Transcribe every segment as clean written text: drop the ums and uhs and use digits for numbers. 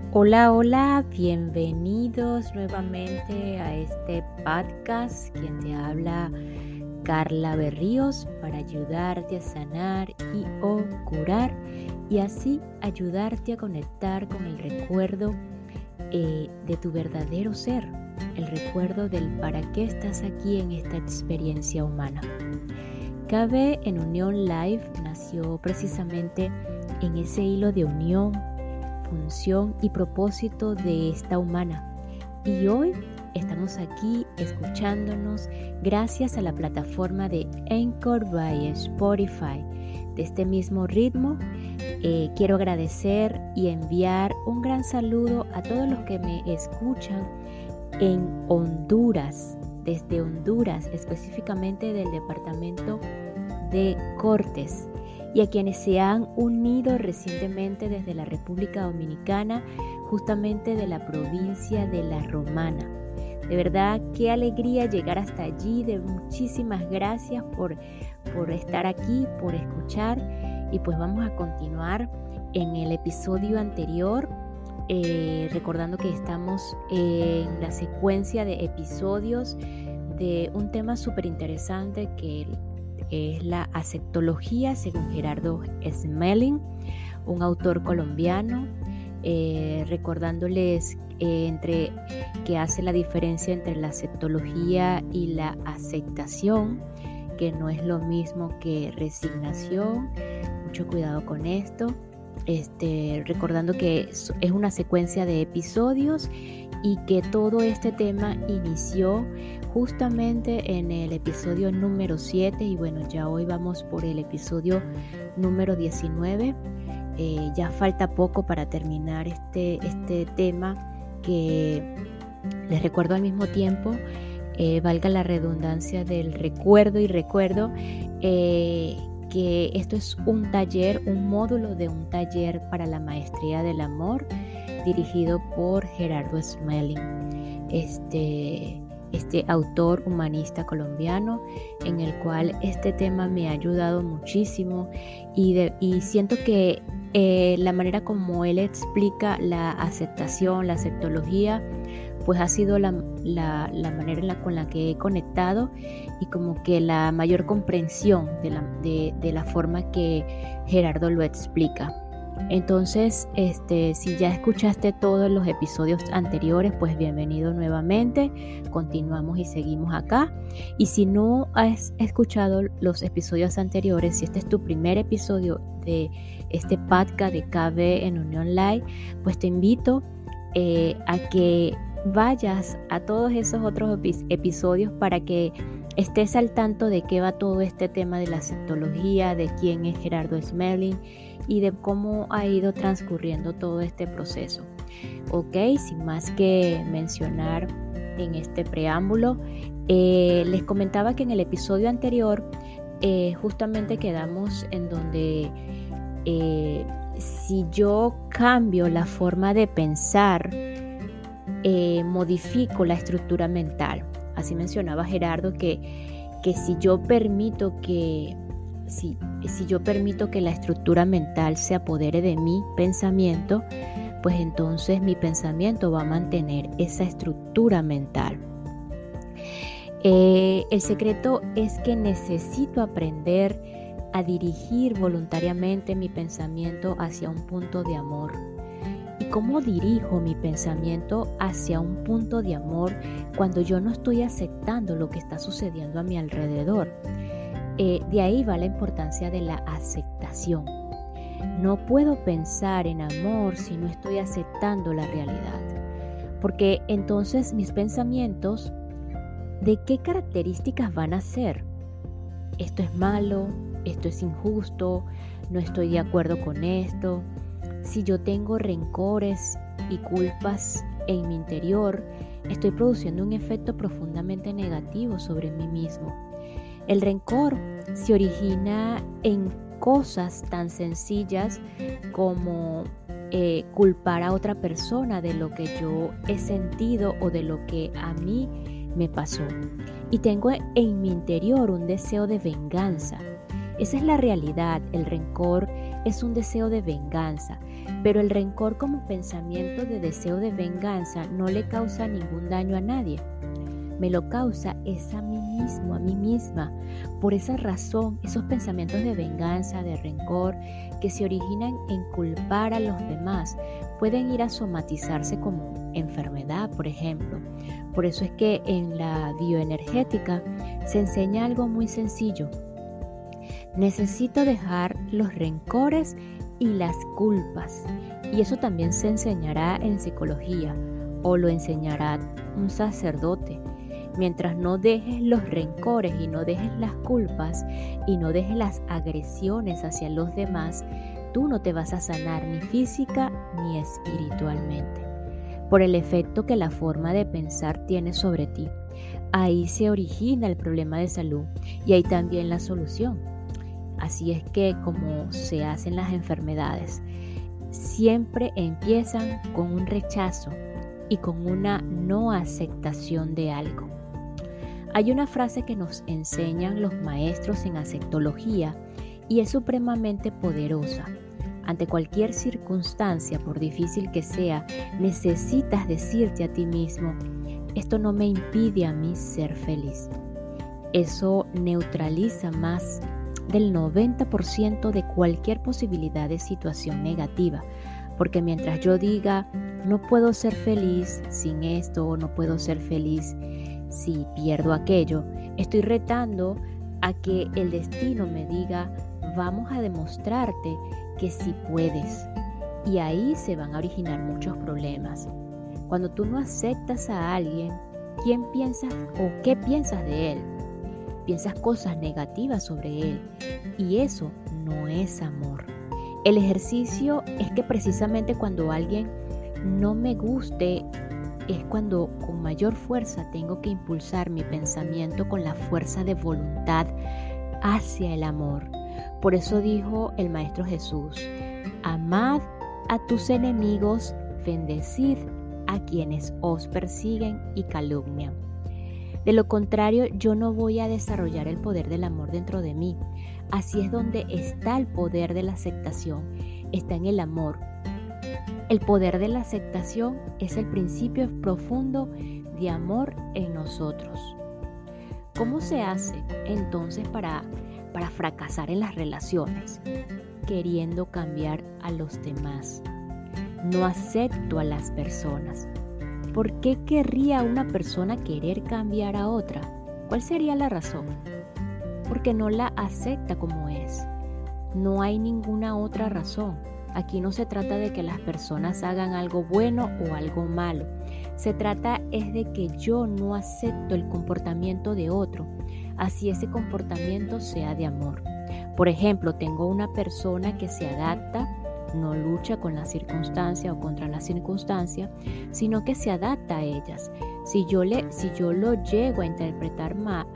Hola, hola, bienvenidos nuevamente a este podcast. Quien te habla, Carla Berríos, para ayudarte a sanar y o curar y así ayudarte a conectar con el recuerdo de tu verdadero ser, el recuerdo del para qué estás aquí en esta experiencia humana. KB en Unión Live nació precisamente en ese hilo de unión, función y propósito de esta humana. Y hoy estamos aquí escuchándonos gracias a la plataforma de Anchor by Spotify. De este mismo ritmo, quiero agradecer y enviar un gran saludo a todos los que me escuchan en Honduras, desde Honduras, específicamente del departamento de Cortes, y a quienes se han unido recientemente desde la República Dominicana, justamente de la provincia de La Romana. De verdad, qué alegría llegar hasta allí. Muchísimas gracias por estar aquí, por escuchar. Y pues vamos a continuar en el episodio anterior, recordando que estamos en la secuencia de episodios de un tema súper interesante que es la aceptología, según Gerardo Smelling, un autor colombiano, recordándoles que hace la diferencia entre la aceptología y la aceptación, que no es lo mismo que resignación. Mucho cuidado con esto. Recordando que es una secuencia de episodios y que todo este tema inició justamente en el episodio número 7 y bueno, ya hoy vamos por el episodio número 19. Ya falta poco para terminar este tema, que les recuerdo al mismo tiempo, valga la redundancia del recuerdo y recuerdo, que esto es un taller, un módulo de un taller para la maestría del amor dirigido por Gerardo Smelling, este autor humanista colombiano, en el cual este tema me ha ayudado muchísimo y siento que la manera como él explica la aceptación, la aceptología, pues ha sido la manera con la que he conectado y como que la mayor comprensión de la forma que Gerardo lo explica. Entonces, si ya escuchaste todos los episodios anteriores, pues bienvenido nuevamente. Continuamos y seguimos acá. Y si no has escuchado los episodios anteriores, si este es tu primer episodio de este podcast de KB en Unión Live, pues te invito a que vayas a todos esos otros episodios para que estés al tanto de qué va todo este tema de la aceptología, de quién es Gerardo Smelling y de cómo ha ido transcurriendo todo este proceso. Ok, sin más que mencionar en este preámbulo, les comentaba que en el episodio anterior justamente quedamos en donde si yo cambio la forma de pensar, modifico la estructura mental. Así mencionaba Gerardo que si yo permito que la estructura mental se apodere de mi pensamiento, pues entonces mi pensamiento va a mantener esa estructura mental. El secreto es que necesito aprender a dirigir voluntariamente mi pensamiento hacia un punto de amor. ¿Y cómo dirijo mi pensamiento hacia un punto de amor cuando yo no estoy aceptando lo que está sucediendo a mi alrededor? De ahí va la importancia de la aceptación. No puedo pensar en amor si no estoy aceptando la realidad, porque entonces mis pensamientos, ¿de qué características van a ser? Esto es malo, esto es injusto, no estoy de acuerdo con esto. Si yo tengo rencores y culpas en mi interior, estoy produciendo un efecto profundamente negativo sobre mí mismo. El rencor se origina en cosas tan sencillas como culpar a otra persona de lo que yo he sentido o de lo que a mí me pasó. Y tengo en mi interior un deseo de venganza. Esa es la realidad. El rencor es un deseo de venganza, pero el rencor como pensamiento de deseo de venganza no le causa ningún daño a nadie. Me lo causa es a mí mismo, a mí misma. Por esa razón, esos pensamientos de venganza, de rencor, que se originan en culpar a los demás, pueden ir a somatizarse como enfermedad, por ejemplo. Por eso es que en la bioenergética se enseña algo muy sencillo. Necesito dejar los rencores y las culpas. Y eso también se enseñará en psicología o lo enseñará un sacerdote. Mientras no dejes los rencores y no dejes las culpas y no dejes las agresiones hacia los demás, tú no te vas a sanar ni física ni espiritualmente, por el efecto que la forma de pensar tiene sobre ti. Ahí se origina el problema de salud y ahí también la solución. Así es que como se hacen las enfermedades, siempre empiezan con un rechazo y con una no aceptación de algo. Hay una frase que nos enseñan los maestros en aceptología y es supremamente poderosa. Ante cualquier circunstancia, por difícil que sea, necesitas decirte a ti mismo: esto no me impide a mí ser feliz. Eso neutraliza más del 90% de cualquier posibilidad de situación negativa, porque mientras yo diga no puedo ser feliz sin esto o no puedo ser feliz si pierdo aquello, estoy retando a que el destino me diga vamos a demostrarte que sí puedes, y ahí se van a originar muchos problemas. Cuando tú no aceptas a alguien, ¿quién piensas o qué piensas de él? Piensas cosas negativas sobre él y eso no es amor. El ejercicio es que precisamente cuando alguien no me guste es cuando con mayor fuerza tengo que impulsar mi pensamiento con la fuerza de voluntad hacia el amor. Por eso dijo el Maestro Jesús: amad a tus enemigos, bendecid a quienes os persiguen y calumnian. De lo contrario, yo no voy a desarrollar el poder del amor dentro de mí. Así es donde está el poder de la aceptación, está en el amor. El poder de la aceptación es el principio profundo de amor en nosotros. ¿Cómo se hace entonces para fracasar en las relaciones? Queriendo cambiar a los demás. No acepto a las personas. ¿Por qué querría una persona querer cambiar a otra? ¿Cuál sería la razón? Porque no la acepta como es. No hay ninguna otra razón. Aquí no se trata de que las personas hagan algo bueno o algo malo. Se trata es de que yo no acepto el comportamiento de otro, así ese comportamiento sea de amor. Por ejemplo, tengo una persona que se adapta, no lucha con la circunstancia o contra la circunstancia, sino que se adapta a ellas. Si yo lo llego a interpretar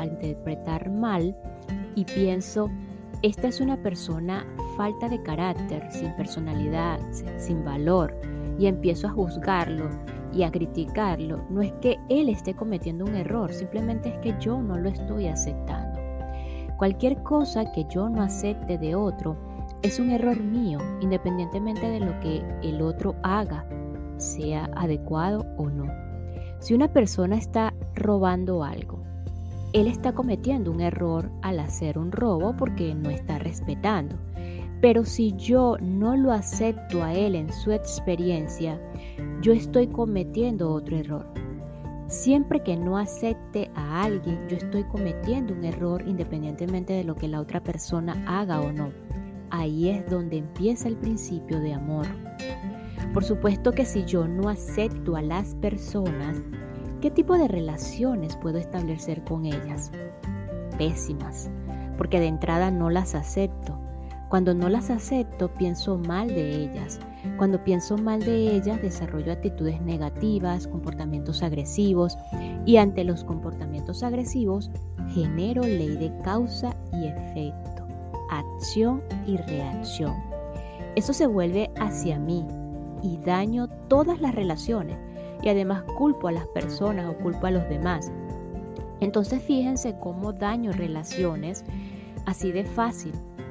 mal y pienso, esta es una persona falta de carácter, sin personalidad, sin valor, y empiezo a juzgarlo y a criticarlo, no es que él esté cometiendo un error, simplemente es que yo no lo estoy aceptando. Cualquier cosa que yo no acepte de otro es un error mío, independientemente de lo que el otro haga, sea adecuado o no. Si una persona está robando algo, él está cometiendo un error al hacer un robo porque no está respetando. Pero si yo no lo acepto a él en su experiencia, yo estoy cometiendo otro error. Siempre que no acepte a alguien, yo estoy cometiendo un error independientemente de lo que la otra persona haga o no. Ahí es donde empieza el principio de amor. Por supuesto que si yo no acepto a las personas, ¿qué tipo de relaciones puedo establecer con ellas? Pésimas, porque de entrada no las acepto. Cuando no las acepto, pienso mal de ellas. Cuando pienso mal de ellas, desarrollo actitudes negativas, comportamientos agresivos, y ante los comportamientos agresivos, genero ley de causa y efecto, acción y reacción. Eso se vuelve hacia mí y daño todas las relaciones, y además culpo a las personas o culpo a los demás. Entonces fíjense cómo daño relaciones así de fácil.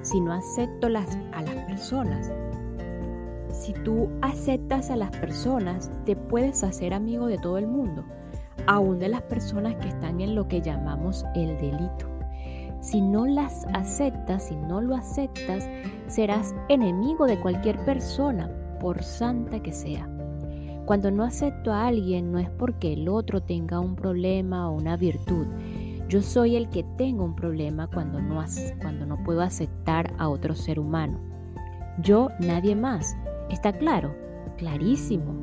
si no acepto a las personas? Si tú aceptas a las personas, te puedes hacer amigo de todo el mundo, aún de las personas que están en lo que llamamos el delito. Si no las aceptas, si no lo aceptas, serás enemigo de cualquier persona, por santa que sea. Cuando no acepto a alguien, no es porque el otro tenga un problema o una virtud. Yo soy el que tengo un problema cuando no puedo aceptar a otro ser humano. Yo, nadie más. ¿Está claro? Clarísimo.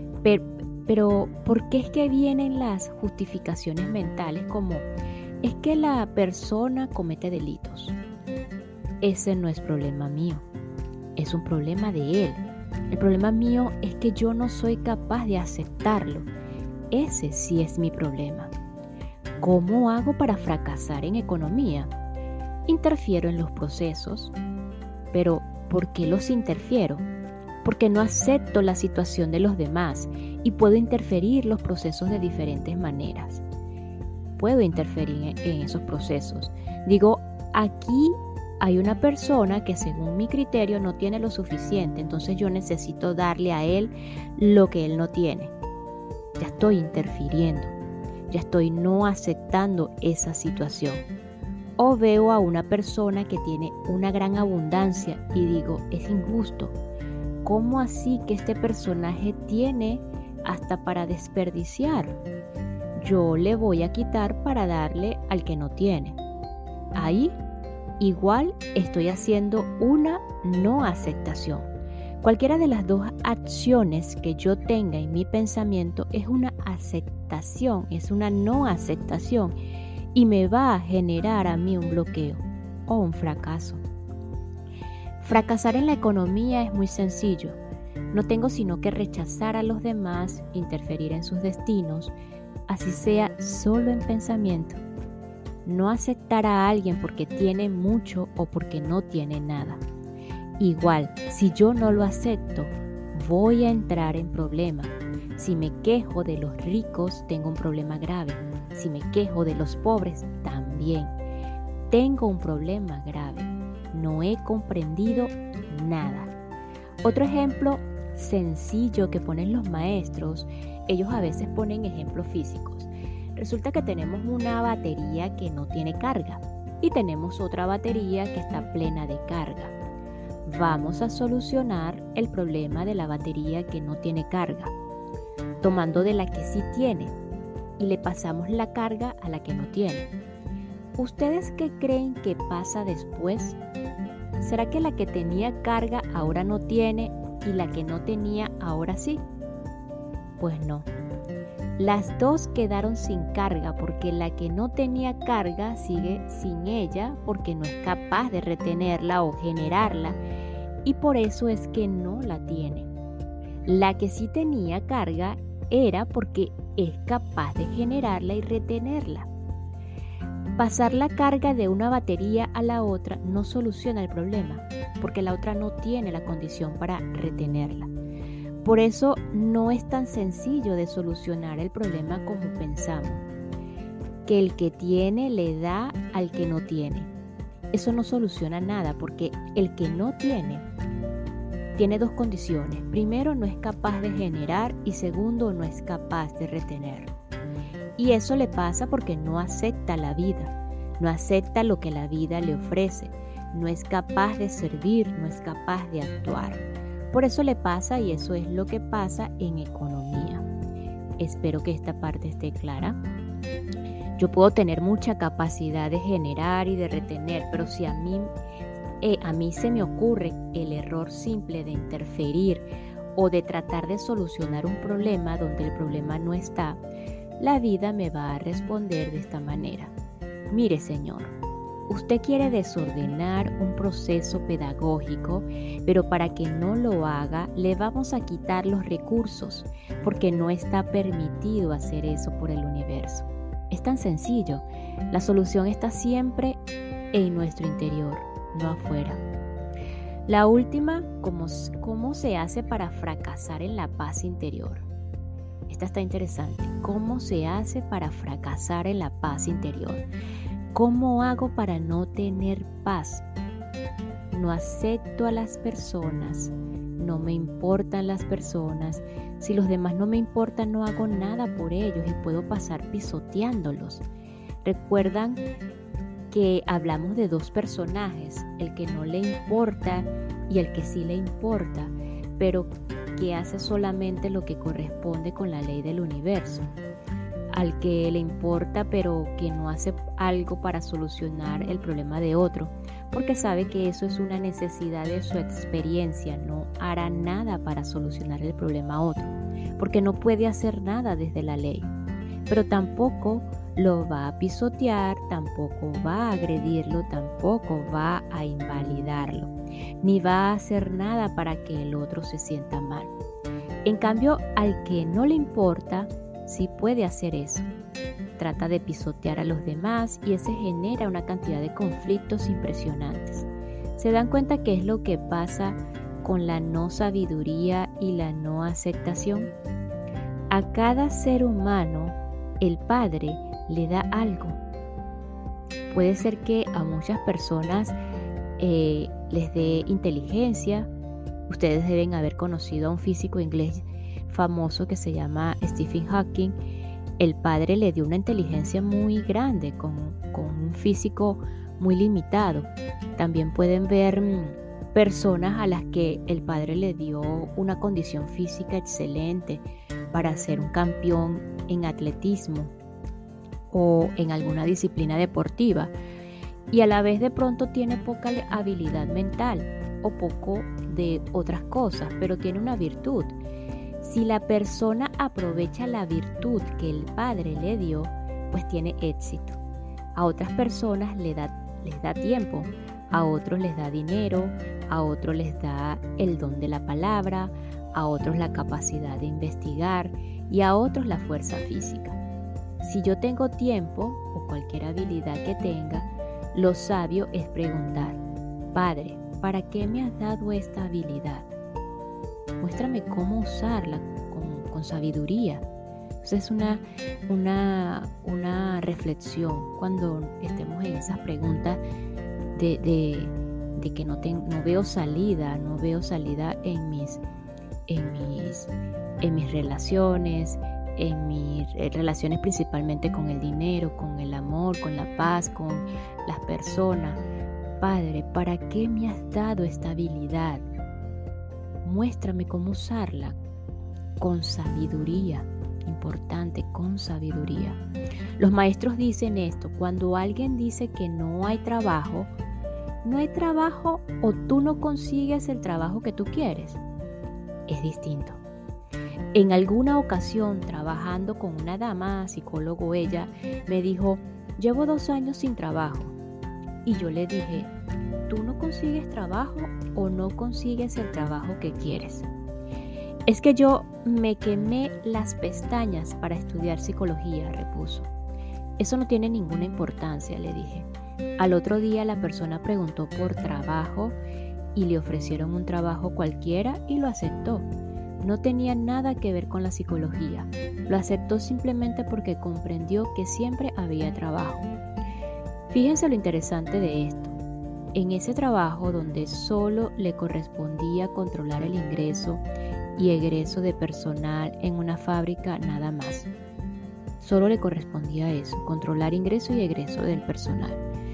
Pero ¿por qué es que vienen las justificaciones mentales como es que la persona comete delitos? Ese no es problema mío, es un problema de él. El problema mío es que yo no soy capaz de aceptarlo. Ese sí es mi problema. ¿Cómo hago para fracasar en economía? Interfiero en los procesos. Pero ¿por qué los interfiero? Porque no acepto la situación de los demás y puedo interferir los procesos de diferentes maneras. Puedo interferir en esos procesos. Digo, aquí hay una persona que según mi criterio no tiene lo suficiente, entonces yo necesito darle a él lo que él no tiene. Ya estoy interfiriendo, ya estoy no aceptando esa situación. O veo a una persona que tiene una gran abundancia y digo, es injusto. ¿Cómo así que este personaje tiene hasta para desperdiciar? Yo le voy a quitar para darle al que no tiene. Ahí igual estoy haciendo una no aceptación. Cualquiera de las dos acciones que yo tenga en mi pensamiento es una aceptación, es una no aceptación y me va a generar a mí un bloqueo o un fracaso. Fracasar en la economía es muy sencillo. No tengo sino que rechazar a los demás, interferir en sus destinos, así sea solo en pensamiento. No aceptar a alguien porque tiene mucho o porque no tiene nada. Igual, si yo no lo acepto, voy a entrar en problemas. Si me quejo de los ricos, tengo un problema grave. Si me quejo de los pobres, también. Tengo un problema grave. No he comprendido nada. Otro ejemplo sencillo que ponen los maestros, ellos a veces ponen ejemplos físicos. Resulta que tenemos una batería que no tiene carga y tenemos otra batería que está plena de carga. Vamos a solucionar el problema de la batería que no tiene carga, tomando de la que sí tiene y le pasamos la carga a la que no tiene. ¿Ustedes qué creen que pasa después? ¿Será que la que tenía carga ahora no tiene y la que no tenía ahora sí? Pues no. Las dos quedaron sin carga porque la que no tenía carga sigue sin ella porque no es capaz de retenerla o generarla y por eso es que no la tiene. La que sí tenía carga era porque es capaz de generarla y retenerla. Pasar la carga de una batería a la otra no soluciona el problema, porque la otra no tiene la condición para retenerla. Por eso no es tan sencillo de solucionar el problema como pensamos, que el que tiene le da al que no tiene. Eso no soluciona nada, porque el que no tiene dos condiciones. Primero, no es capaz de generar y segundo, no es capaz de retener. Y eso le pasa porque no acepta la vida, no acepta lo que la vida le ofrece, no es capaz de servir, no es capaz de actuar. Por eso le pasa y eso es lo que pasa en economía. Espero que esta parte esté clara. Yo puedo tener mucha capacidad de generar y de retener, pero si a mí se me ocurre el error simple de interferir o de tratar de solucionar un problema donde el problema no está, la vida me va a responder de esta manera. Mire, señor, usted quiere desordenar un proceso pedagógico, pero para que no lo haga, le vamos a quitar los recursos, porque no está permitido hacer eso por el universo. Es tan sencillo. La solución está siempre en nuestro interior, no afuera. La última, ¿cómo se hace para fracasar en la paz interior? Esta está interesante. ¿Cómo se hace para fracasar en la paz interior? ¿Cómo hago para no tener paz? no acepto a las personas, no me importan las personas. Si los demás no me importan, no hago nada por ellos y puedo pasar pisoteándolos. ¿Recuerdan que hablamos de dos personajes, el que no le importa y el que sí le importa, pero que hace solamente lo que corresponde con la ley del universo? Al que le importa pero que no hace algo para solucionar el problema de otro, porque sabe que eso es una necesidad de su experiencia, no hará nada para solucionar el problema a otro, porque no puede hacer nada desde la ley, pero tampoco lo va a pisotear, tampoco va a agredirlo, tampoco va a invalidarlo, ni va a hacer nada para que el otro se sienta mal. En cambio, al que no le importa, sí puede hacer eso. Trata de pisotear a los demás y ese genera una cantidad de conflictos impresionantes. ¿Se dan cuenta qué es lo que pasa con la no sabiduría y la no aceptación? A cada ser humano, el Padre le da algo. Puede ser que a muchas personas les dé inteligencia. Ustedes deben haber conocido a un físico inglés famoso que se llama Stephen Hawking. El padre le dio una inteligencia muy grande con un físico muy limitado. También pueden ver personas a las que el padre le dio una condición física excelente para ser un campeón en atletismo o en alguna disciplina deportiva, y a la vez de pronto tiene poca habilidad mental o poco de otras cosas, pero tiene una virtud. Si la persona aprovecha la virtud que el Padre le dio, pues tiene éxito. A otras personas les da tiempo, a otros les da dinero, a otros les da el don de la palabra, a otros la capacidad de investigar y a otros la fuerza física. Si yo tengo tiempo o cualquier habilidad que tenga, lo sabio es preguntar: Padre, ¿para qué me has dado esta habilidad? Muéstrame cómo usarla con sabiduría. Entonces es una reflexión cuando estemos en esas preguntas de que no veo salida en mis relaciones, en mis relaciones principalmente con el dinero, con el amor, con la paz, con las personas. Padre, ¿para qué me has dado esta habilidad? Muéstrame cómo usarla con sabiduría. Importante, con sabiduría. Los maestros dicen esto: cuando alguien dice que no hay trabajo o tú no consigues el trabajo que tú quieres, es distinto. En alguna ocasión, trabajando con una dama, psicólogo ella, me dijo: llevo 2 años sin trabajo. Y yo le dije: ¿tú no consigues trabajo o no consigues el trabajo que quieres? Es que yo me quemé las pestañas para estudiar psicología, repuso. Eso no tiene ninguna importancia, le dije. Al otro día la persona preguntó por trabajo y le ofrecieron un trabajo cualquiera y lo aceptó. No tenía nada que ver con la psicología. Lo aceptó simplemente porque comprendió que siempre había trabajo. Fíjense lo interesante de esto. En ese trabajo donde solo le correspondía controlar el ingreso y egreso de personal en una fábrica, nada más. Solo le correspondía eso, controlar ingreso y egreso del personal.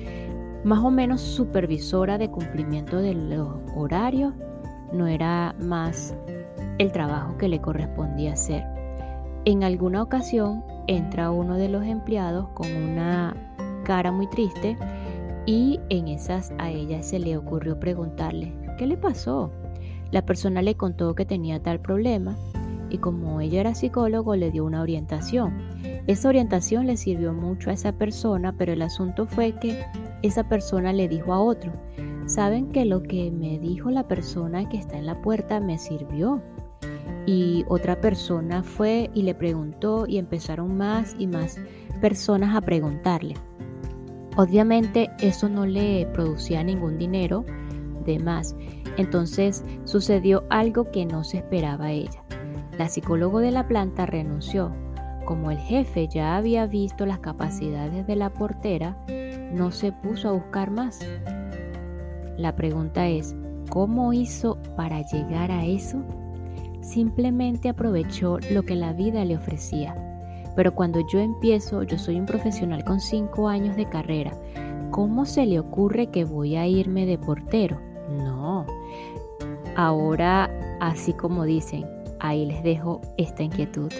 Más o menos supervisora de cumplimiento de los horarios, no era más el trabajo que le correspondía hacer. En alguna ocasión entra uno de los empleados con una cara muy triste y en esas a ella se le ocurrió preguntarle: ¿qué le pasó? La persona le contó que tenía tal problema y como ella era psicólogo le dio una orientación. Esa orientación le sirvió mucho a esa persona, pero el asunto fue que esa persona le dijo a otro: ¿saben que lo que me dijo la persona que está en la puerta me sirvió? Y otra persona fue y le preguntó y empezaron más y más personas a preguntarle. Obviamente eso no le producía ningún dinero de más. Entonces sucedió algo que no se esperaba ella. La psicóloga de la planta renunció. Como el jefe ya había visto las capacidades de la portera, no se puso a buscar más. La pregunta es, ¿cómo hizo para llegar a eso? Simplemente aprovechó lo que la vida le ofrecía. Pero cuando yo soy un profesional con 5 años de carrera. ¿Cómo se le ocurre que voy a irme de portero? No. Ahora, así como dicen, ahí les dejo esta inquietud.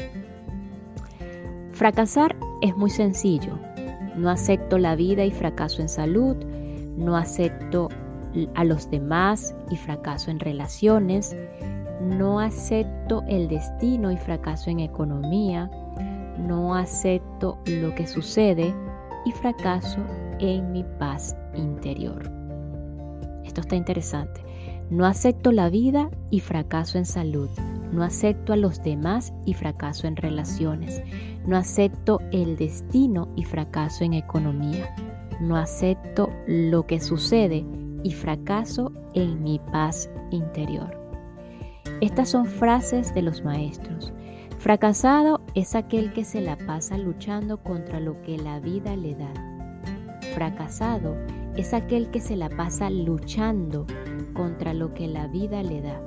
Fracasar es muy sencillo. No acepto la vida y fracaso en salud. No acepto a los demás y fracaso en relaciones. No acepto el destino y fracaso en economía. No acepto lo que sucede y fracaso en mi paz interior. Esto está interesante. No acepto la vida y fracaso en salud. No acepto a los demás y fracaso en relaciones. No acepto el destino y fracaso en economía. No acepto lo que sucede y fracaso en mi paz interior. Estas son frases de los maestros. Fracasado es aquel que se la pasa luchando contra lo que la vida le da. Fracasado es aquel que se la pasa luchando contra lo que la vida le da.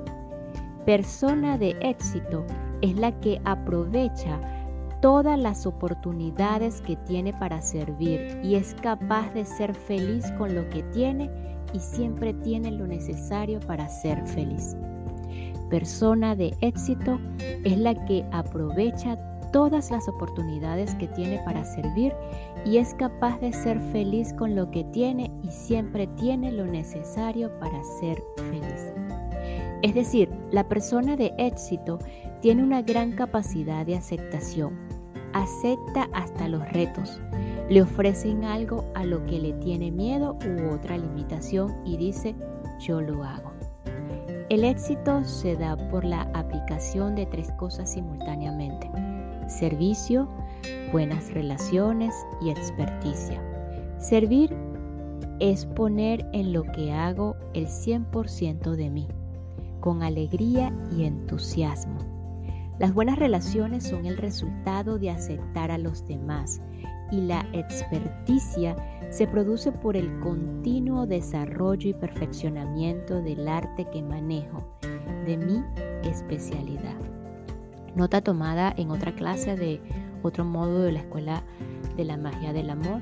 Persona de éxito es la que aprovecha todas las oportunidades que tiene para servir y es capaz de ser feliz con lo que tiene y siempre tiene lo necesario para ser feliz. Persona de éxito es la que aprovecha todas las oportunidades que tiene para servir y es capaz de ser feliz con lo que tiene y siempre tiene lo necesario para ser feliz. Es decir, la persona de éxito tiene una gran capacidad de aceptación. Acepta hasta los retos. Le ofrecen algo a lo que le tiene miedo u otra limitación y dice, yo lo hago. El éxito se da por la aplicación de 3 cosas simultáneamente: servicio, buenas relaciones y experticia. Servir es poner en lo que hago el 100% de mí, con alegría y entusiasmo. Las buenas relaciones son el resultado de aceptar a los demás y la experticia se produce por el continuo desarrollo y perfeccionamiento del arte que manejo, de mi especialidad. Nota tomada en otra clase de otro módulo de la Escuela de la Magia del Amor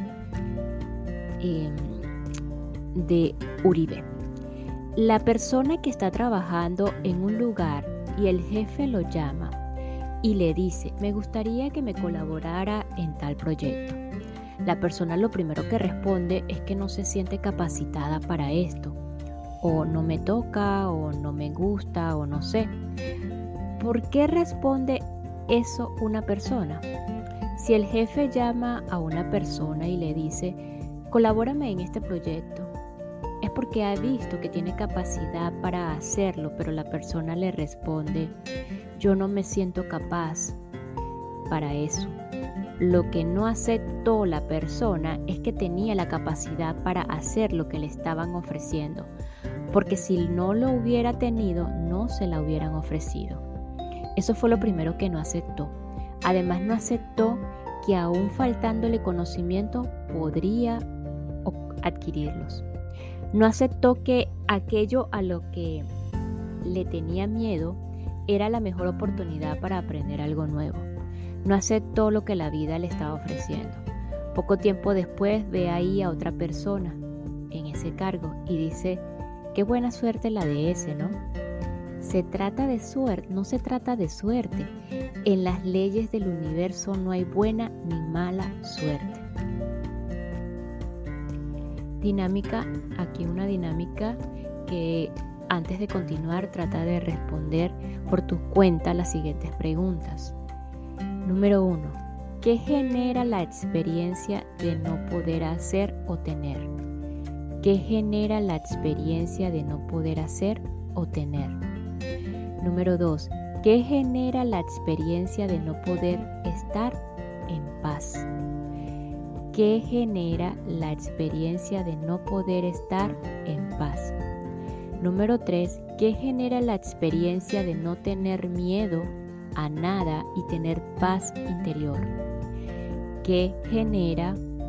de Uribe. La persona que está trabajando en un lugar y el jefe lo llama y le dice, me gustaría que me colaborara en tal proyecto. La persona lo primero que responde es que no se siente capacitada para esto, o no me toca, o no me gusta, o no sé. ¿Por qué responde eso una persona? Si el jefe llama a una persona y le dice, colabórame en este proyecto, es porque ha visto que tiene capacidad para hacerlo, pero la persona le responde, yo no me siento capaz para eso. Lo que no aceptó la persona es que tenía la capacidad para hacer lo que le estaban ofreciendo, porque si no lo hubiera tenido, no se la hubieran ofrecido. Eso fue lo primero que no aceptó. Además, no aceptó que aún faltándole conocimiento podría adquirirlos. No aceptó que aquello a lo que le tenía miedo era la mejor oportunidad para aprender algo nuevo. No aceptó lo que la vida le estaba ofreciendo. Poco tiempo después ve ahí a otra persona en ese cargo y dice, qué buena suerte la de ese, ¿no? Se trata de suerte, no se trata de suerte. En las leyes del universo no hay buena ni mala suerte. Dinámica, aquí una dinámica que antes de continuar trata de responder por tu cuenta las siguientes preguntas. Número 1. ¿Qué genera la experiencia de no poder hacer o tener? ¿Qué genera la experiencia de no poder hacer o tener? Número 2. ¿Qué genera la experiencia de no poder estar en paz? ¿Qué genera la experiencia de no poder estar en paz? Número 3. ¿Qué genera la experiencia de no tener miedo a nada y tener paz interior? ¿Qué genera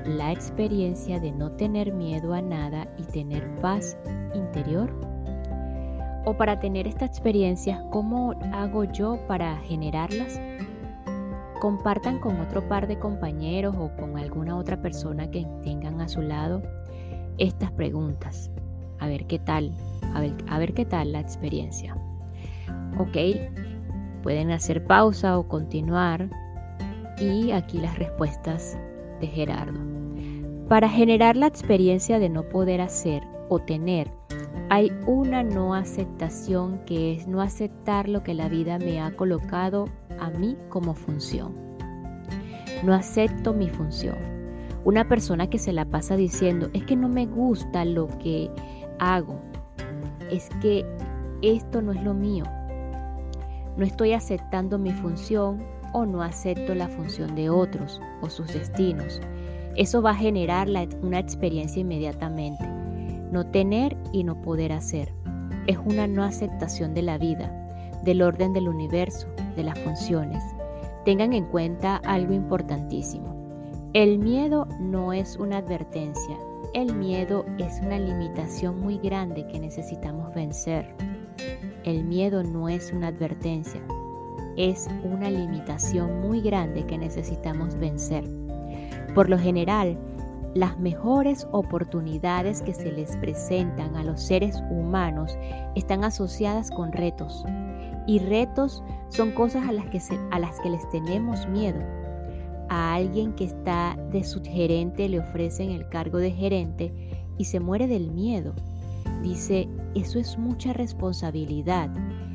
la experiencia de no tener miedo a nada y tener paz interior? O para tener estas experiencias, ¿cómo hago yo para generarlas? Compartan con otro par de compañeros o con alguna otra persona que tengan a su lado estas preguntas. A ver qué tal, a ver qué tal la experiencia. Ok, pueden hacer pausa o continuar. Y aquí las respuestas de Gerardo. Para generar la experiencia de no poder hacer o tener, hay una no aceptación, que es no aceptar lo que la vida me ha colocado a mí como función. No acepto mi función. Una persona que se la pasa diciendo, es que no me gusta lo que hago, es que esto no es lo mío, no estoy aceptando mi función o no acepto la función de otros o sus destinos. Eso va a generar una experiencia inmediatamente. No tener y no poder hacer. Es una no aceptación de la vida, del orden del universo, de las funciones. Tengan en cuenta algo importantísimo. El miedo no es una advertencia. El miedo es una limitación muy grande que necesitamos vencer. El miedo no es una advertencia. Es una limitación muy grande que necesitamos vencer. Por lo general, las mejores oportunidades que se les presentan a los seres humanos están asociadas con retos. Y retos son cosas a las que les tenemos miedo. A alguien que está de subgerente le ofrecen el cargo de gerente y se muere del miedo. Dice, eso es mucha responsabilidad.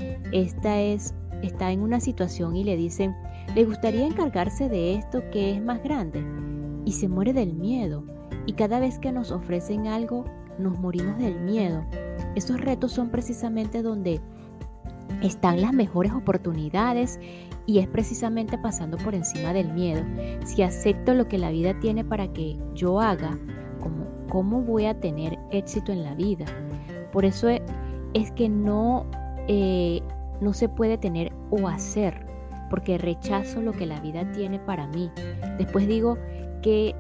Está en una situación y le dicen, ¿le gustaría encargarse de esto que es más grande? Y se muere del miedo. Y cada vez que nos ofrecen algo, nos morimos del miedo. Esos retos son precisamente donde están las mejores oportunidades y es precisamente pasando por encima del miedo. Si acepto lo que la vida tiene para que yo haga, ¿cómo voy a tener éxito en la vida? Por eso es que no se puede tener o hacer, porque rechazo lo que la vida tiene para mí. Después digo que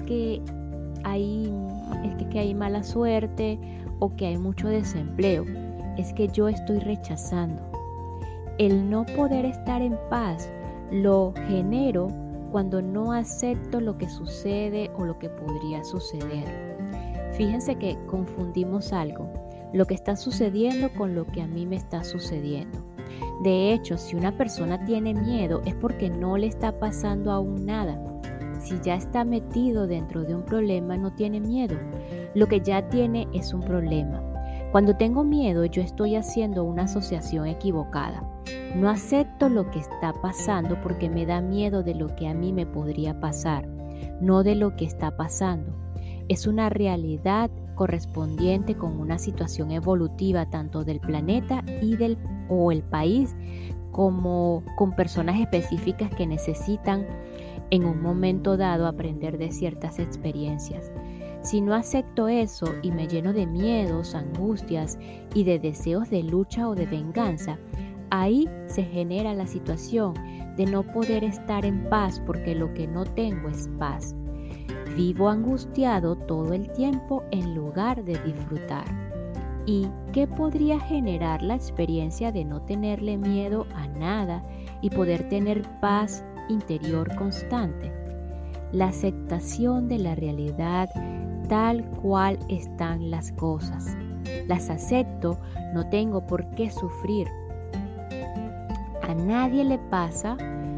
hay mala suerte o que hay mucho desempleo. Es que yo estoy rechazando. El no poder estar en paz lo genero cuando no acepto lo que sucede o lo que podría suceder. Fíjense que confundimos algo, lo que está sucediendo con lo que a mí me está sucediendo. De hecho, si una persona tiene miedo es porque no le está pasando aún nada. Si ya está metido dentro de un problema, no tiene miedo. Lo que ya tiene es un problema. Cuando tengo miedo, yo estoy haciendo una asociación equivocada. No acepto lo que está pasando porque me da miedo de lo que a mí me podría pasar, no de lo que está pasando. Es una realidad correspondiente con una situación evolutiva tanto del planeta o el país, como con personas específicas que necesitan en un momento dado aprender de ciertas experiencias. Si no acepto eso y me lleno de miedos, angustias y de deseos de lucha o de venganza, ahí se genera la situación de no poder estar en paz porque lo que no tengo es paz. Vivo angustiado todo el tiempo en lugar de disfrutar. ¿Y qué podría generar la experiencia de no tenerle miedo a nada y poder tener paz interior constante? La aceptación de la realidad tal cual están las cosas. Las acepto, no tengo por qué sufrir. A nadie le pasa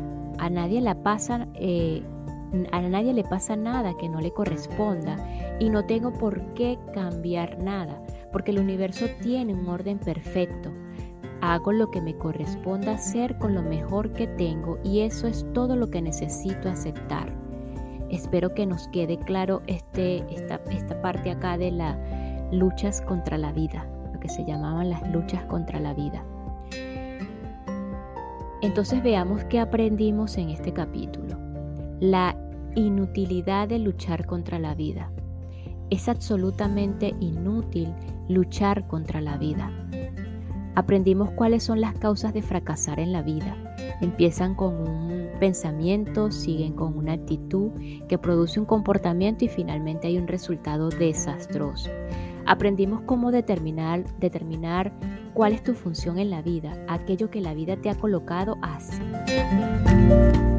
nada que no le corresponda y no tengo por qué cambiar nada, porque el universo tiene un orden perfecto. Hago lo que me corresponda hacer con lo mejor que tengo y eso es todo lo que necesito aceptar. Espero que nos quede claro esta parte acá de las luchas contra la vida, lo que se llamaban las luchas contra la vida. Entonces veamos qué aprendimos en este capítulo. La inutilidad de luchar contra la vida. Es absolutamente inútil luchar contra la vida. Aprendimos cuáles son las causas de fracasar en la vida. Empiezan con un pensamientos, siguen con una actitud que produce un comportamiento y finalmente hay un resultado desastroso. Aprendimos cómo determinar cuál es tu función en la vida, aquello que la vida te ha colocado así.